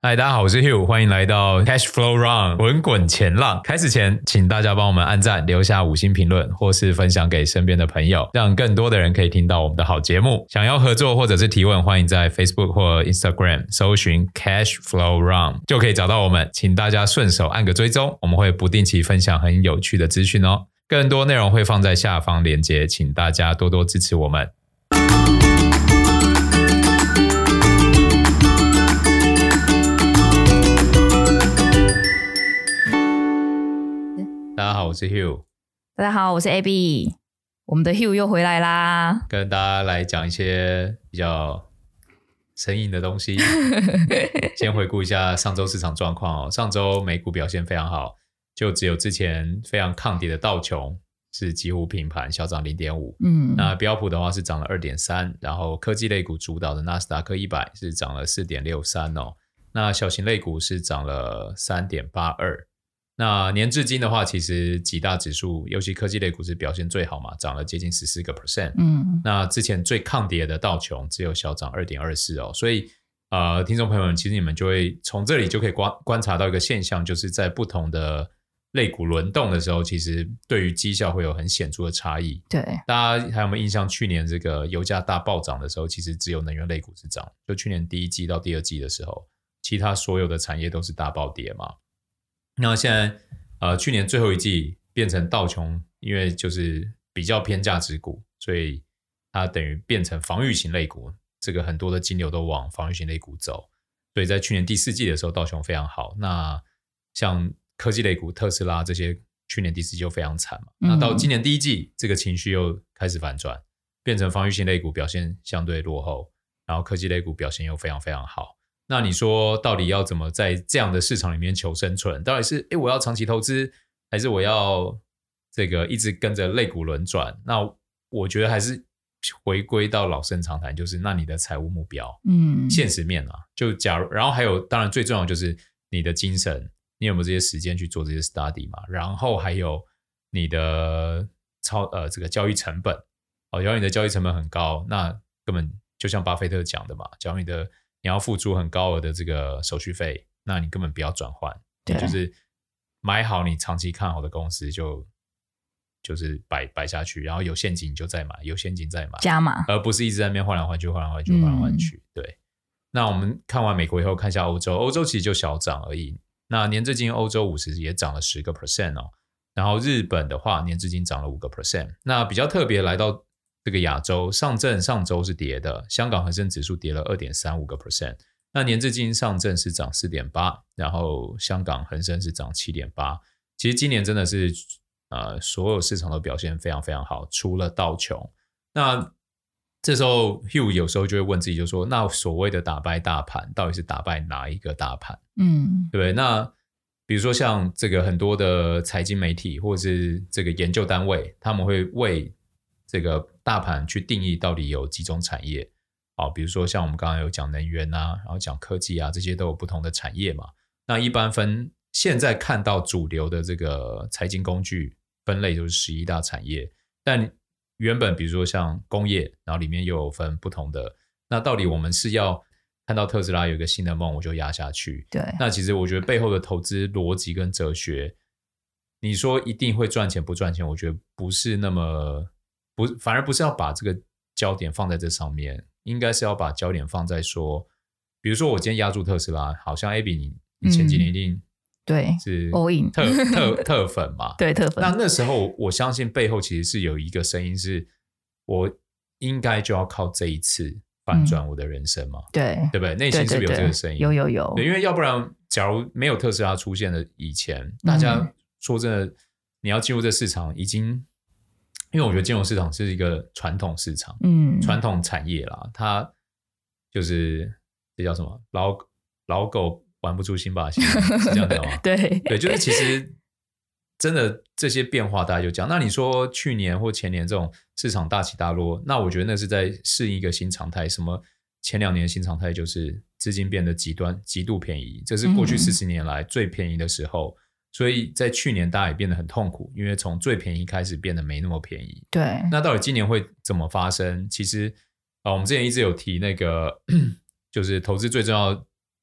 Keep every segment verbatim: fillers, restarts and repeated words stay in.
嗨，大家好，我是 Hugh， 欢迎来到 Cash Flow Run 滚滚前浪。开始前，请大家帮我们按赞、留下五星评论，或是分享给身边的朋友，让更多的人可以听到我们的好节目。想要合作或者是提问，欢迎在 Facebook 或 Instagram 搜寻 Cash Flow Run 就可以找到我们，请大家顺手按个追踪，我们会不定期分享很有趣的资讯哦。更多内容会放在下方连结，请大家多多支持我们。大家好，我是 Hugh。 大家好，我是 Abby。 我们的 Hugh 又回来啦， 跟大家来讲一些比较生硬的东西。先回顾一下上周市场状况哦。上周美股表现非常好，就只有之前非常抗跌的道琼是几乎平盘，小涨 零点五。 嗯，那标普的话是涨了 二点三， 然后科技类股主导的纳斯达克一百是涨了 四点六三 哦。那小型类股是涨了 三点八二。那年至今的话，其实几大指数尤其科技类股是表现最好嘛，涨了接近 百分之十四。 嗯，那之前最抗跌的道琼只有小涨 二点二四 哦。所以呃，听众朋友们，其实你们就会从这里就可以 观, 观察到一个现象，就是在不同的类股轮动的时候，其实对于绩效会有很显著的差异。 对， 大家还有没有印象，去年这个油价大暴涨的时候，其实只有能源类股是涨，就去年第一季到第二季的时候，其他所有的产业都是大暴跌嘛。那现在呃，去年最后一季变成道琼，因为就是比较偏价值股，所以它等于变成防御型类股，这个很多的金流都往防御型类股走，所以在去年第四季的时候道琼非常好。那像科技类股特斯拉这些去年第四季就非常惨嘛，那到今年第一季这个情绪又开始反转，变成防御型类股表现相对落后，然后科技类股表现又非常非常好。那你说到底要怎么在这样的市场里面求生存？到底是诶我要长期投资，还是我要这个一直跟着类股轮转？那我觉得还是回归到老生常谈，就是那你的财务目标，嗯，现实面啊，就假如，然后还有当然最重要的就是你的精神，你有没有这些时间去做这些 study 嘛？然后还有你的超呃这个交易成本，哦，假如你的交易成本很高，那根本就像巴菲特讲的嘛，假如你的你要付出很高额的这个手续费，那你根本不要转换，你就是买好你长期看好的公司就就是摆摆下去，然后有现金你就再买，有现金再买加码， 而不是一直在那边换来换去换来换去换来换去、嗯、对。那我们看完美国以后看一下欧洲，欧洲其实就小涨而已。那年至今欧洲五十也涨了 百分之十 哦，然后日本的话年至今涨了 百分之五。 那比较特别来到这个亚洲，上证上周是跌的，香港恒生指数跌了 二点三五 个百分点，那年至今上证是涨 四点八， 然后香港恒生是涨 七点八。 其实今年真的是呃，所有市场都表现非常非常好，除了道琼。那这时候 Hugh 有时候就会问自己，就说那所谓的打败大盘到底是打败哪一个大盘？嗯，对不对？那比如说像这个很多的财经媒体或者是这个研究单位，他们会为这个大盘去定义到底有几种产业，好，比如说像我们刚刚有讲能源啊，然后讲科技啊，这些都有不同的产业嘛。那一般分现在看到主流的这个财经工具分类就是十一大产业，但原本比如说像工业，然后里面又有分不同的，那到底我们是要看到特斯拉有一个新的梦我就压下去？对，那其实我觉得背后的投资逻辑跟哲学，你说一定会赚钱不赚钱，我觉得不是那么不，反而不是要把这个焦点放在这上面，应该是要把焦点放在说，比如说我今天压住特斯拉，好像 Abby 你你前几年一定、嗯、 对是 all in 特特特粉嘛， 对，特粉。 那那时候我相信背后其实是有一个声音，是我应该就要靠这一次反转我的人生嘛，嗯、对对不对？内心是不是有这个声音？ 有有有。 对，因为要不然，假如没有特斯拉出现的以前，大家说真的，你要进入这市场已经。因为我觉得金融市场是一个传统市场，嗯，传统产业啦，它就是这叫什么老老狗玩不出新把戏，是这样讲吗？ 对对，就是其实真的这些变化大家就讲。那你说去年或前年这种市场大起大落，那我觉得那是在适应一个新常态。什么前两年的新常态就是资金变得极端极度便宜，这是过去四十年来最便宜的时候。嗯，所以在去年大家也变得很痛苦，因为从最便宜开始变得没那么便宜。对，那到底今年会怎么发生？其实、呃、我们之前一直有提那个就是投资最重要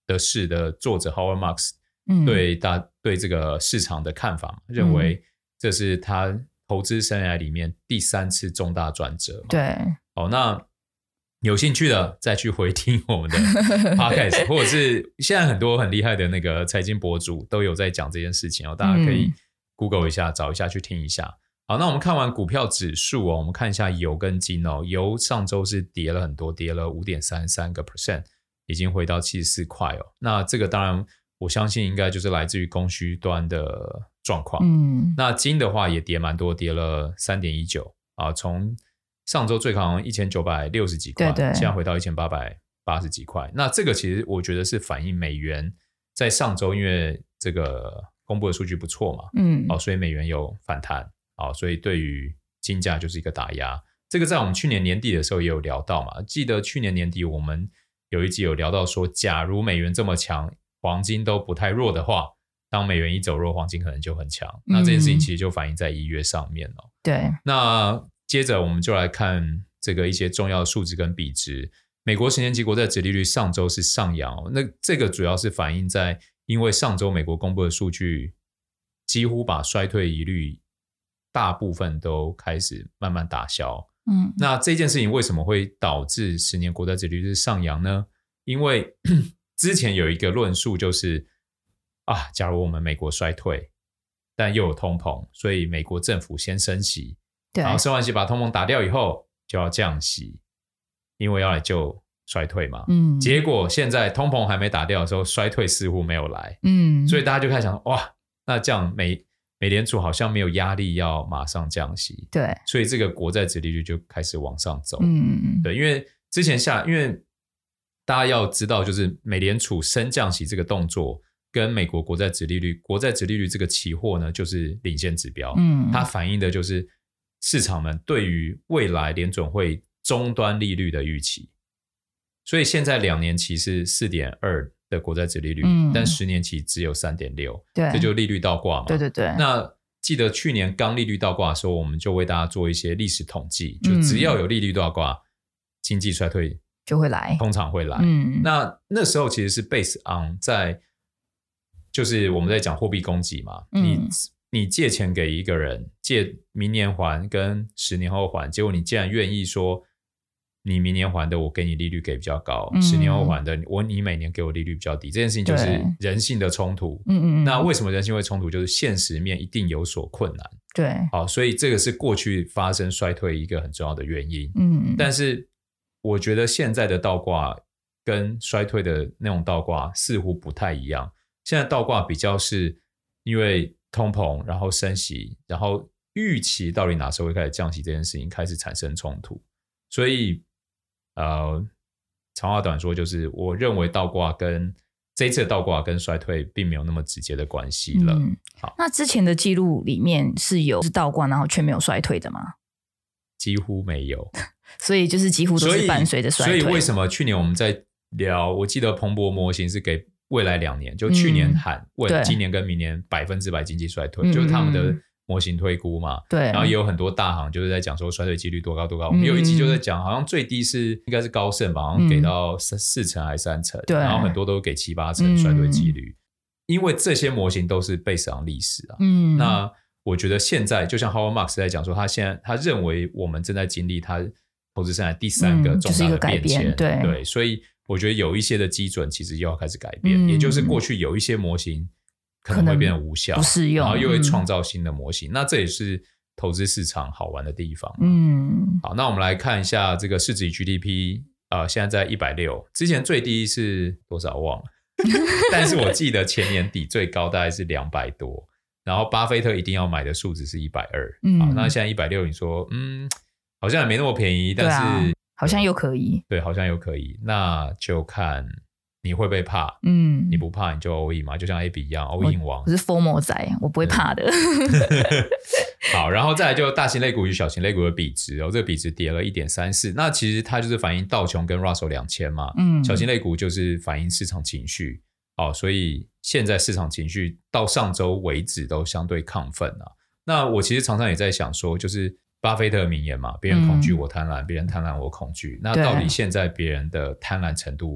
的事的作者 Howard Marks 对大、嗯、对这个市场的看法嘛，认为这是他投资生涯里面第三次重大转折嘛。 对， 好，那有兴趣的再去回听我们的 podcast 或者是现在很多很厉害的那个财经博主都有在讲这件事情哦，大家可以 Google 一下、嗯、找一下去听一下。好，那我们看完股票指数哦，我们看一下油跟金哦。油上周是跌了很多，跌了 百分之五点三三 已经回到七十四块哦。那这个当然我相信应该就是来自于供需端的状况。嗯，那金的话也跌蛮多，跌了 百分之三点一九 啊，从上周最高好像一千九百六十几块，对对，现在回到一千八百八十几块。那这个其实我觉得是反映美元在上周因为这个公布的数据不错嘛，嗯，哦，所以美元有反弹，哦，所以对于金价就是一个打压。这个在我们去年年底的时候也有聊到嘛，记得去年年底我们有一集有聊到说，假如美元这么强，黄金都不太弱的话，当美元一走弱，黄金可能就很强。那这件事情其实就反映在一月上面哦。 对， 那接着我们就来看这个一些重要的数值跟比值。美国十年期国债殖利率上周是上扬哦，那这个主要是反映在因为上周美国公布的数据几乎把衰退疑虑大部分都开始慢慢打消。嗯，那这件事情为什么会导致十年国债殖利率上扬呢？因为之前有一个论述就是啊，假如我们美国衰退但又有通膨，所以美国政府先升息，然后升完息把通膨打掉以后就要降息，因为要来救衰退嘛。嗯，结果现在通膨还没打掉的时候，衰退似乎没有来。嗯，所以大家就开始想，哇，那这样美美联储好像没有压力要马上降息。 对， 所以这个国债殖利率就开始往上走。嗯，对，因为之前下，因为大家要知道，就是美联储升降息这个动作跟美国国债殖利率，国债殖利率这个期货呢，就是领先指标。嗯，它反映的就是市场们对于未来联准会终端利率的预期。所以现在两年期是 四点二 的国债殖利率，嗯，但十年期只有 三点六， 对，这就利率倒挂嘛。 对对对。 那记得去年刚利率倒挂的时候，我们就为大家做一些历史统计，就只要有利率倒挂，嗯，经济衰退就会来， 通常会来。嗯，那那时候其实是 based on 在就是我们在讲货币供给嘛，嗯，你你借钱给一个人，借明年还跟十年后还，结果你既然愿意说你明年还的我给你利率给比较高，嗯，十年后还的我你每年给我利率比较低，这件事情就是人性的冲突。嗯嗯，那为什么人性会冲突？就是现实面一定有所困难。 对， 好，所以这个是过去发生衰退一个很重要的原因。嗯，但是我觉得现在的倒挂跟衰退的那种倒挂似乎不太一样。现在倒挂比较是因为通膨，然后升息，然后预期到底哪时候会开始降息这件事情开始产生冲突。所以呃，长话短说，就是我认为倒挂跟这一次的倒挂跟衰退并没有那么直接的关系了。嗯，好， 那之前的记录里面是有是倒挂然后却没有衰退的吗？ 几乎没有。 所以就是几乎都是伴随着衰退。 所以为什么去年我们在聊，我记得彭博模型是给未来两年，就去年喊问，嗯，今年跟明年百分之百经济衰退，嗯，就是他们的模型推估嘛。对，然后也有很多大行就是在讲说衰退几率多高多高。嗯，我们有一集就在讲，好像最低是应该是高盛吧，好像给到四成还是三成，对，然后很多都给七八成衰退几率。嗯，因为这些模型都是based on历史啊。嗯，那我觉得现在就像 Howard Marks 在讲说，他现在他认为我们正在经历他投资生涯第三个重大的变迁。嗯，就是，对对，所以我觉得有一些的基准其实又要开始改变。嗯，也就是过去有一些模型可能会变得无效， 不适用， 然后又会创造新的模型。嗯，那这也是投资市场好玩的地方。嗯，好，那我们来看一下这个市值与 G D P，呃，现在在一百六十，之前最低是多少忘了，但是我记得前年底最高大概是两百多，然后巴菲特一定要买的数值是一百二十。嗯，好，那现在一百六十，你说嗯，好像也没那么便宜，但是， 啊，好像又可以。 对，好像又可以，那就看你会不会怕。嗯，你不怕你就 all in 嘛，就像 A B 一样 all in 王。 我是 FOMO 仔，我不会怕的。 好，然后再来就大型类股与小型类股的比值，哦，这个比值跌了 一点三四， 那其实它就是反映道琼跟 Russell 两千嘛。嗯，小型类股就是反映市场情绪。哦，所以现在市场情绪到上周为止都相对亢奋啊。那我其实常常也在想说，就是巴菲特的名言嘛，别人恐惧我贪婪，别，嗯，人贪婪我恐惧。那到底现在别人的贪婪程度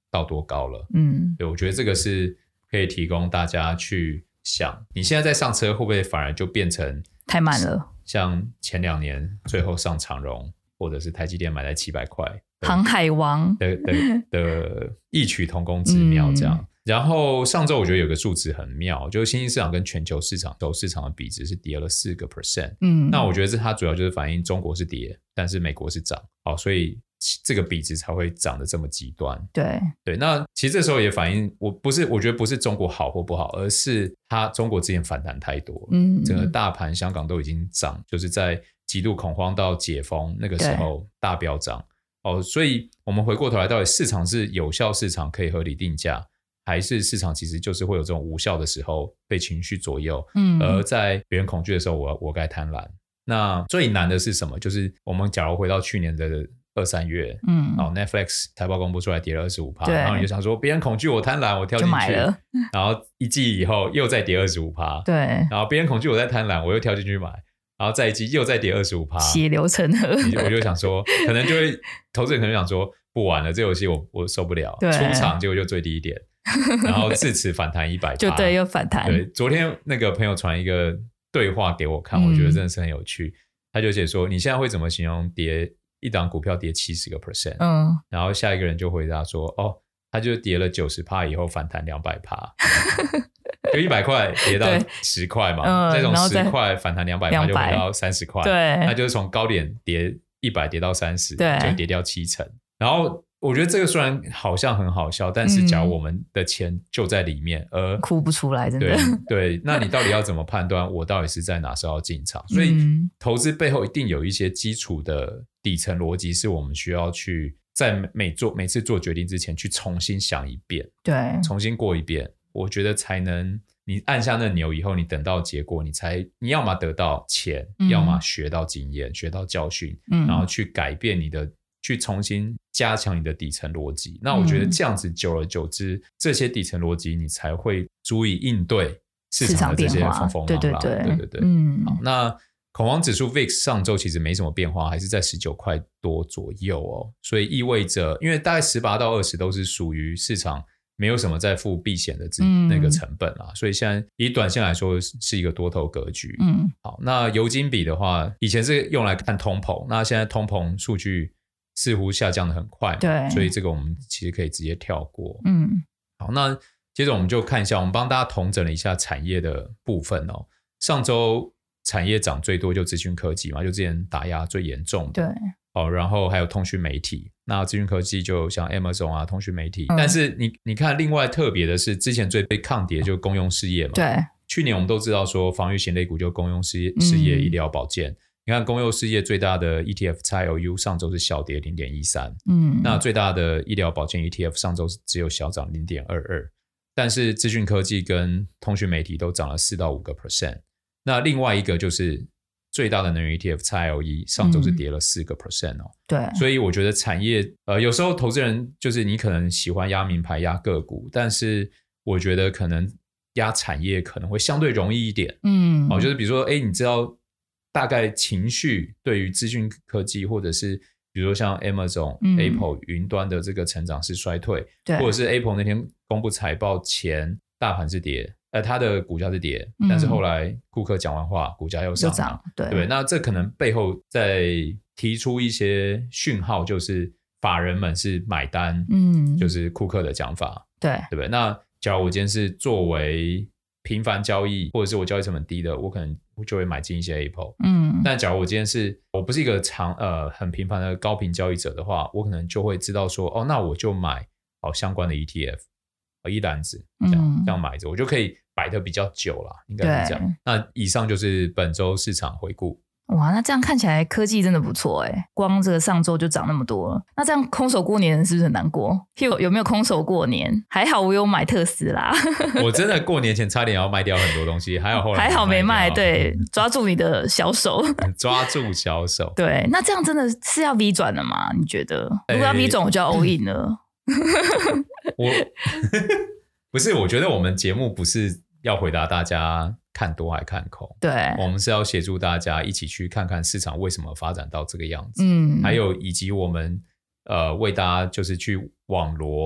到多高了。 嗯， 对，我觉得这个是可以提供大家去想，你现在在上车会不会反而就变成太慢了？ 像前两年最后上长荣或者是台积电买在七百块， 航海王的, 的, 的异曲同工之妙这样。嗯，然后上周我觉得有个数值很妙，就是新兴市场跟全球市场球市场的比值是跌了 百分之四。 嗯，那我觉得这它主要就是反映中国是跌，但是美国是涨，好，所以这个比值才会涨得这么极端。 对对，那其实这时候也反映，我不是我觉得不是中国好或不好，而是它中国之前反弹太多了。嗯，整个大盘香港都已经涨，就是在极度恐慌到解封那个时候大飙涨。哦，所以我们回过头来，到底市场是有效市场可以合理定价，还是市场其实就是会有这种无效的时候被情绪左右，嗯，而在别人恐惧的时候我我该贪婪。那最难的是什么？就是我们假如回到去年的二三月，嗯，然后 Netflix 财报公布出来跌了 百分之二十五， 然后你就想说别人恐惧我贪婪我跳进去，然后一季以后又再跌 百分之二十五， 对，然后别人恐惧我在贪婪我又跳进去买，然后再一季又再跌 百分之二十五， 血流成河。 我就想说可能就会投资人可能想说不玩了，这游戏我我受不了，出场结果就最低一点，然后自此反弹 百分之一百， 就对，又反弹。 对，昨天那个朋友传一个对话给我看，我觉得真的是很有趣，嗯，他就写说你现在会怎么形容跌一档股票跌 百分之七十， 嗯，然后下一个人就回答说哦，他就跌了 百分之九十 以后反弹 两百， 就一百块跌到十块嘛，这种十块反弹两百就回到三十块，对，那就是从高点跌一百跌到三十，就跌掉七成。然后我觉得这个虽然好像很好笑，但是假如我们的钱就在里面，而哭不出来，真的。 对对，那你到底要怎么判断我到底是在哪时候要进场？所以投资背后一定有一些基础的底层逻辑，是我们需要去在每做每次做决定之前去重新想一遍，对，重新过一遍，我觉得才能。你按下那钮以后，你等到结果，你才你要么得到钱，嗯，要么学到经验，学到教训，嗯，然后去改变你的，去重新加强你的底层逻辑。那我觉得这样子久而久之，嗯，这些底层逻辑你才会足以应对市场的这些风风浪浪。对对对对对对。嗯，好，那恐慌指数 V I X 上周其实没什么变化，还是在十九块多左右哦，所以意味着，因为大概十八到二十都是属于市场。没有什么在付避险的那个成本啦，嗯，所以现在以短线来说是一个多头格局。嗯，好，那油金比的话，以前是用来看通膨，那现在通膨数据似乎下降的很快，对，所以这个我们其实可以直接跳过。嗯，好，那接着我们就看一下，我们帮大家统整了一下产业的部分哦。上周产业涨最多就资讯科技嘛，就之前打压最严重的。对。哦，然后还有通讯媒体，那资讯科技就像 Amazon 啊，通讯媒体。嗯，但是你你看，另外特别的是，之前最被抗跌就公用事业嘛。对。去年我们都知道说，防御型类股就公用事业、事业、医疗保健。你看公用事业最大的 E T F X L U 上周是小跌 零点一三， 嗯，那最大的医疗保健 E T F 上周只有小涨 零点二二， 但是资讯科技跟通讯媒体都涨了四到五个 percent。那另外一个就是最大的能源 E T F X L E 上周是跌了 百分之四 哦。对，所以我觉得产业呃，有时候投资人就是你可能喜欢压名牌压个股，但是我觉得可能压产业可能会相对容易一点。嗯，哦，就是比如说诶你知道大概情绪对于资讯科技或者是比如说像 Amazon、嗯、Apple 云端的这个成长是衰退，对，或者是 Apple 那天公布财报前大盘是跌，呃，它的股价是跌，嗯，但是后来库克讲完话，股价又上涨，对对，那这可能背后在提出一些讯号，就是法人们是买单，嗯，就是库克的讲法，对对不对？那假如我今天是作为频繁交易，或者是我交易成本低的，我可能就会买进一些 Apple， 嗯，但假如我今天是我不是一个长呃很频繁的高频交易者的话，我可能就会知道说，哦，那我就买好相关的 E T F。一篮子这样，嗯，这样买着，我就可以摆得比较久啦，应该是这样。那以上就是本周市场回顾。 哇，那这样看起来科技真的不错哎，光这个上周就涨那么多了。那这样空手过年是不是很难过？有有没有空手过年？还好我有买特斯拉。 我真的过年前差点要卖掉很多东西，还好后来还好没卖。对，抓住你的小手， 抓住小手。 对，那这样真的是要 V 转了吗？你觉得？如果要 V 转，我就要 all in 了。 我不是，我觉得我们节目不是要回答大家看多还看空，对，我们是要协助大家一起去看看市场为什么发展到这个样子，嗯，还有以及我们呃为大家就是去网罗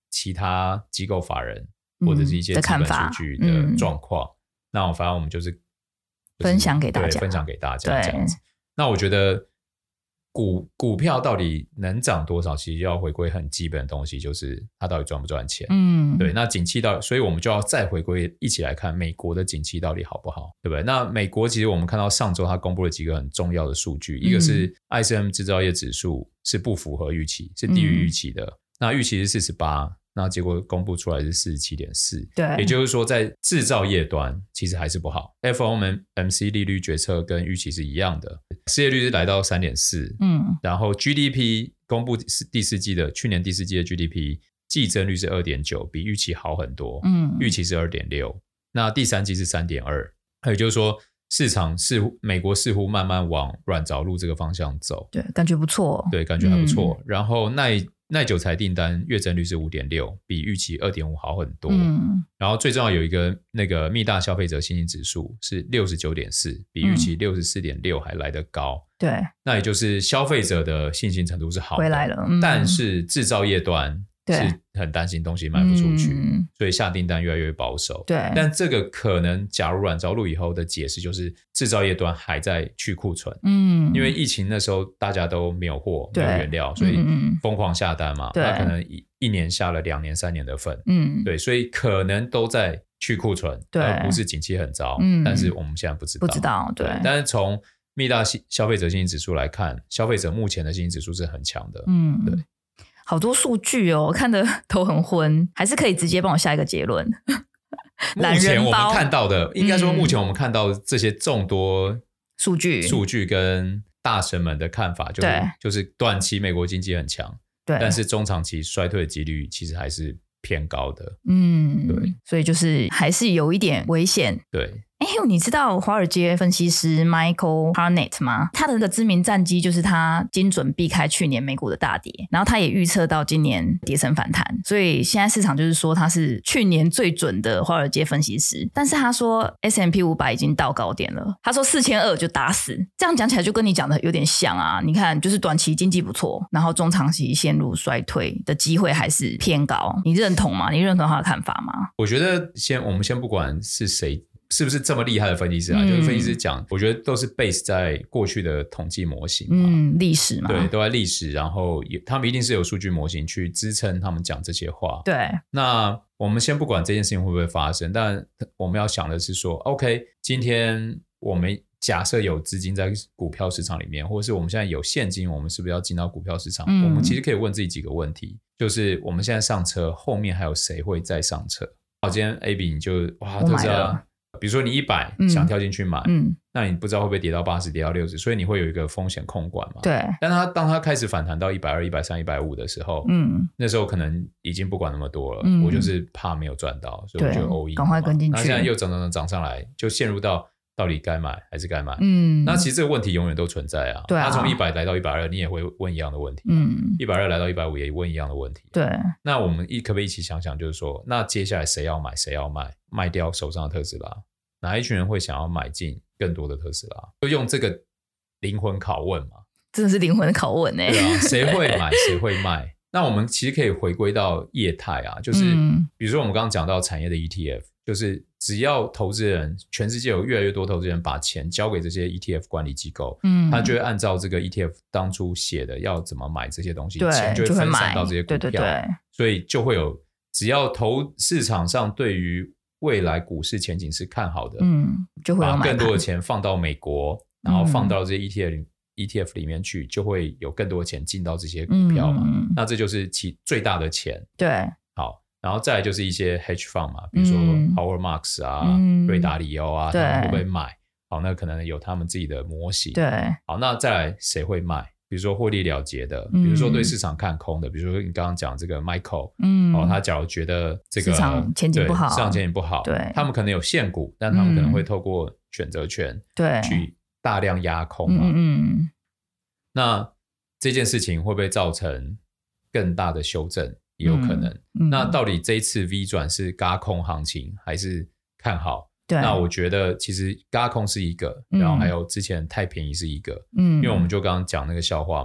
其他机构法人或者是一些基本数据的状况、嗯、那我反正我们就是、就是、 分享给大家， 对，分享给大家这样子。那我觉得股股票到底能涨多少，其实要回归很基本的东西，就是它到底赚不赚钱。嗯，对。那景气到底，所以我们就要再回归一起来看美国的景气到底好不好，对不对？那美国其实我们看到上周它公布了几个很重要的数据，一个是 I S M 制造业指数是不符合预期，是低于预期的。嗯、那预期是四十八。那结果公布出来是 四十七点四， 对，也就是说在制造业端其实还是不好。 F O M C 利率决策跟预期是一样的，失业率是来到 三点四， 嗯，然后 G D P 公布第四季的去年第四季的 G D P 季增率是 二点九， 比预期好很多，嗯，预期是 二点六， 那第三季是 三点二， 也就是说市场似乎美国似乎慢慢往软着陆这个方向走， 对，感觉不错， 对，感觉还不错、嗯、然后耐耐久材订单月增率是 五点六， 比预期 二点五 好很多、嗯、然后最重要有一个那个密大消费者信心指数是 六十九点四， 比预期 六十四点六 还来得高、嗯、对，那也就是消费者的信心程度是好的， 回来了、嗯、 但是制造业端是很担心东西卖不出去、嗯、所以下订单越来越保守，对，但这个可能假如软着陆以后的解释就是制造业端还在去库存，嗯，因为疫情那时候大家都没有货没有原料，所以疯狂下单嘛，那可能一年下了两年三年的份，嗯，对，所以可能都在去库存，对，而不是景气很糟、嗯、但是我们现在不知道不知道， 对, 对， 但是从密大消费者信心指数来看，消费者目前的信心指数是很强的，嗯，对， 好多数据哦，看得头很昏，还是可以直接帮我下一个结论。 目前我们看到的，应该说目前我们看到这些众多数据、 数据跟大神们的看法，就是就是短期美国经济很强，对，但是中长期衰退的几率其实还是偏高的，嗯，对， 所以就是还是有一点危险， 对。 哎，你知道华尔街分析师 Michael Hartnett 吗？他的那个知名战绩就是他精准避开去年美股的大跌，然后他也预测到今年跌升反弹，所以现在市场就是说他是去年最准的华尔街分析师。但是他说 S and P 五百 已经到高点了，他说四千二百就打死，这样讲起来就跟你讲的有点像啊。你看，就是短期经济不错，然后中长期陷入衰退的机会还是偏高，你认同吗？你认同他的看法吗？ 我觉得先我们先不管是谁是不是这么厉害的分析师啊、嗯、就是分析师讲我觉得都是 base 在过去的统计模型嘛， 嗯，历史嘛， 对，都在历史，然后也他们一定是有数据模型去支撑他们讲这些话， 对。 那我们先不管这件事情会不会发生，但我们要想的是说 OK 今天我们假设有资金在股票市场里面，或者是我们现在有现金，我们是不是要进到股票市场、嗯、我们其实可以问自己几个问题，就是我们现在上车后面还有谁会再上车。好，今天 A B 你就哇特斯拉，比如说你一百、嗯、想跳进去买、嗯、那你不知道会不会跌到八十跌到六十，所以你会有一个风险控管嘛， 对。 但他当他开始反弹到一百二、一百三、一百五的时候、嗯、那时候可能已经不管那么多了、嗯、我就是怕没有赚到，所以我就 all in， 赶快跟进去。 那现在又涨涨涨涨上来，就陷入到到底该买还是该买，嗯，那其实这个问题永远都存在啊。对啊，那从一百来到一百二，你也会问一样的问题，嗯，一百二来到一百五也问一样的问题， 对。 那我们一可不可以一起想想，就是说那接下来谁要买谁要卖，卖掉手上的特斯拉，哪一群人会想要买进更多的特斯拉，就用这个灵魂拷问嘛， 真的是灵魂拷问欸。 对啊，谁会买谁会卖。那我们其实可以回归到业态啊，就是比如说我们刚刚讲到产业的 E T F， 就是只要投资人，全世界有越来越多投资人把钱交给这些 E T F 管理机构，嗯，他就会按照这个 E T F 当初写的要怎么买这些东西，钱就会分散到这些股票，对对对，所以就会有只要投市场上对于未来股市前景是看好的，嗯，就会有把更多的钱放到美国，然后放到这些 E T F 里、嗯、E T F 里面去，就会有更多的钱进到这些股票嘛，嗯、那这就是其最大的钱， 对。 好，然后再来就是一些 hedge fund 嘛，比如说 Howard Marks 啊、嗯、瑞达里欧啊，他们会不会买？好，那可能有他们自己的模型， 对。 好，那再来谁会卖？比如说获利了结的，比如说对市场看空的，嗯、比如说你刚刚讲这个 Michael， 嗯，哦，他假如觉得这个市场前景不好， 市场前景不好，对，他们可能有现股，但他们可能会透过选择权，对，去大量压空嘛，嗯嗯。那这件事情会不会造成更大的修正？也有可能。嗯嗯、那到底这一次 V 转是軋空行情还是看好？对，那我觉得其实軋空是一个，然后还有之前太便宜是一个，嗯，因为我们就刚刚讲那个笑话嘛，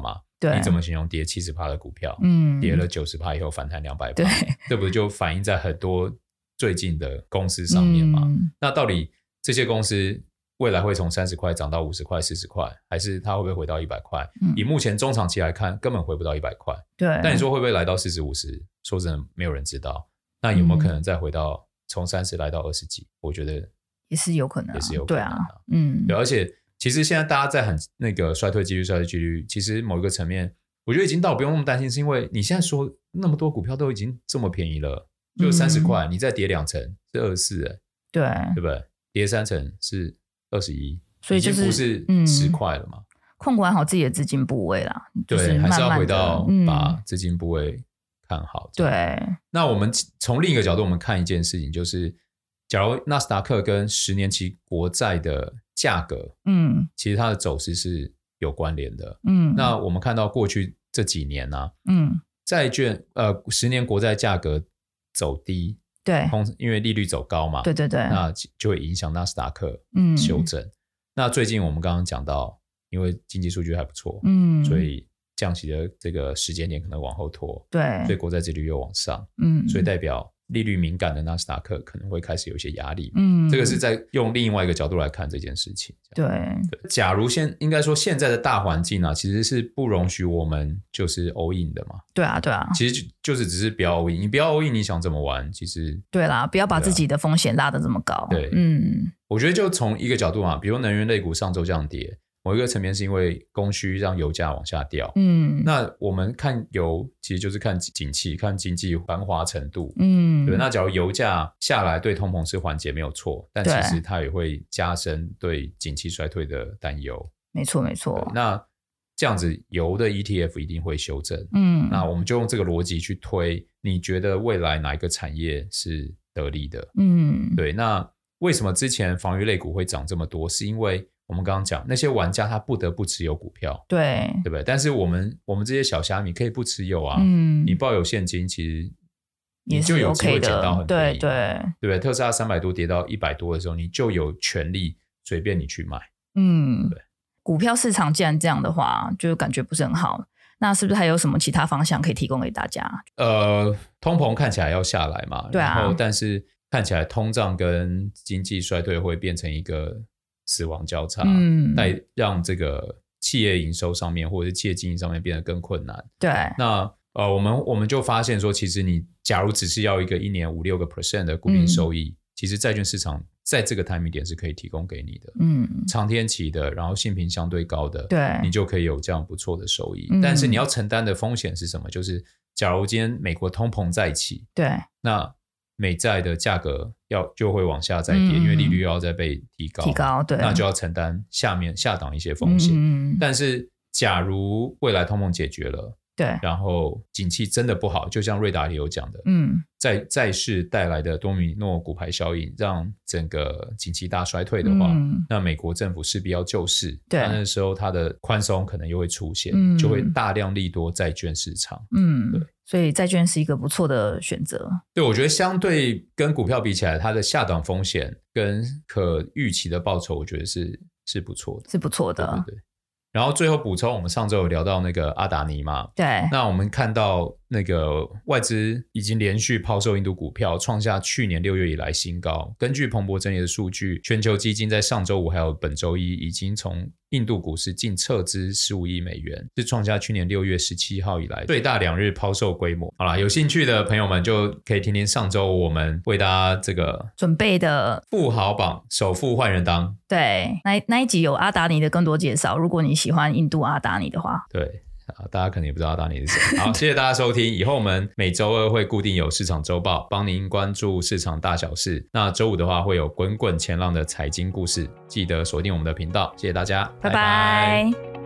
对， 你怎么形容跌 百分之七十 的股票？ 嗯， 跌了 百分之九十 以后反弹 百分之两百， 对， 这不就反映在很多最近的公司上面吗？嗯、那到底这些公司未来会从三十块涨到五十块、四十块，还是它会不会回到一百块？嗯、以目前中长期来看，根本回不到一百块。 对， 但你说会不会来到四十、五十？说真的，没有人知道。那有没有可能再回到从三十来到二十几？我觉得也是有可能、啊， 也是有可能、啊。 对啊，嗯， 对，而且其实现在大家在很那个衰退几率、衰退几率，其实某一个层面，我觉得已经到不用那么担心，是因为你现在说那么多股票都已经这么便宜了，就三十块，你再跌两成是二十四， 对， 对不对？跌三成是二十一， 所以就是已经不是十块了嘛？嗯、 控管好自己的资金部位啦， 对， 就是、慢慢还是要回到把资金部位看好。 对， 那我们从另一个角度，我们看一件事情，就是假如纳斯达克跟十年期国债的价格，嗯，其实它的走势是有关联的，嗯，那我们看到过去这几年呢、啊，嗯，债券呃十年国债价格走低， 对， 因为利率走高嘛， 对对对， 那就会影响纳斯达克修正。嗯、那最近我们刚刚讲到，因为经济数据还不错，嗯，所以降息的这个时间点可能往后拖， 对， 所以国债殖利率又往上，嗯，所以代表利率敏感的纳斯达克可能会开始有一些压力，嗯，这个是在用另外一个角度来看这件事情。 对， 对，假如现应该说现在的大环境啊，其实是不容许我们就是 all in 的嘛。 对啊，对啊， 其实就是只是不要 all in， 你不要 all in， 你想怎么玩，其实对啦，不要把自己的风险拉得这么高。 对，嗯，我觉得就从一个角度啊，比如能源类股上周这样跌。某一个层面是因为供需让油价往下掉，嗯，那我们看油其实就是看景气，看经济繁华程度，嗯，对。那假如油价下来，对通膨是缓解没有错，但其实它也会加深对景气衰退的担忧。 没错，没错。 那这样子，油的 E T F 一定会修正，嗯，那我们就用这个逻辑去推，你觉得未来哪一个产业是得利的？嗯，对。那为什么之前防御类股会涨这么多？是因为我们刚刚讲那些玩家他不得不持有股票， 对， 对不对？但是我们我们这些小虾米可以不持有啊，嗯，你抱有现金，其实你就有机会捡到很便宜， 对对， 对不对？特斯拉三百多跌到一百多的时候，你就有权利随便你去买， 嗯，对。股票市场既然这样的话，就感觉不是很好。那是不是还有什么其他方向可以提供给大家？ 呃，通膨看起来要下来嘛， 对啊， 然后但是看起来通胀跟经济衰退会变成一个死亡交叉，嗯，来让这个企业营收上面或者是企业经营上面变得更困难。 对， 那呃，我们我们就发现说，其实你假如只是要一个一年五六个 percent 的股民收益，嗯，其实债券市场在这个 timing 点是可以提供给你的，嗯，长天期的，然后信评相对高的， 对， 你就可以有这样不错的收益。嗯，但是你要承担的风险是什么？就是假如今天美国通膨再起， 对， 那美债的价格要就会往下再跌，嗯，因为利率要再被提高， 提高，对， 那就要承担下面下档一些风险。嗯，但是假如未来通膨解决了， 对， 然后景气真的不好，就像瑞达里有讲的，嗯，在债市带来的多米诺骨牌效应，让整个景气大衰退的话，嗯，那美国政府势必要救市， 对， 那那时候它的宽松可能又会出现，嗯，就会大量利多债券市场，嗯，对。 所以债券是一个不错的选择。 对，我觉得相对跟股票比起来，它的下档风险跟可预期的报酬，我觉得是是不错的， 是不错的。 对对对。然后最后补充，我们上周有聊到那个阿达尼嘛， 对， 那我们看到那个外资已经连续抛售印度股票，创下去年六月以来新高。根据彭博整理的数据，全球基金在上周五还有本周一已经从印度股市净撤资十五亿美元，是创下去年六月十七号以来最大两日抛售规模。好啦，有兴趣的朋友们就可以听听上周我们为大家这个准备的富豪榜首富换人当。 对，那那一集有阿达尼的更多介绍，如果你喜欢印度阿达尼的话。 对，大家可能也不知道阿达尼是谁。好，谢谢大家收听。以后我们每周二会固定有市场周报，帮您关注市场大小事。那周五的话会有滚滚前浪的财经故事，记得锁定我们的频道。谢谢大家， 拜拜。拜拜。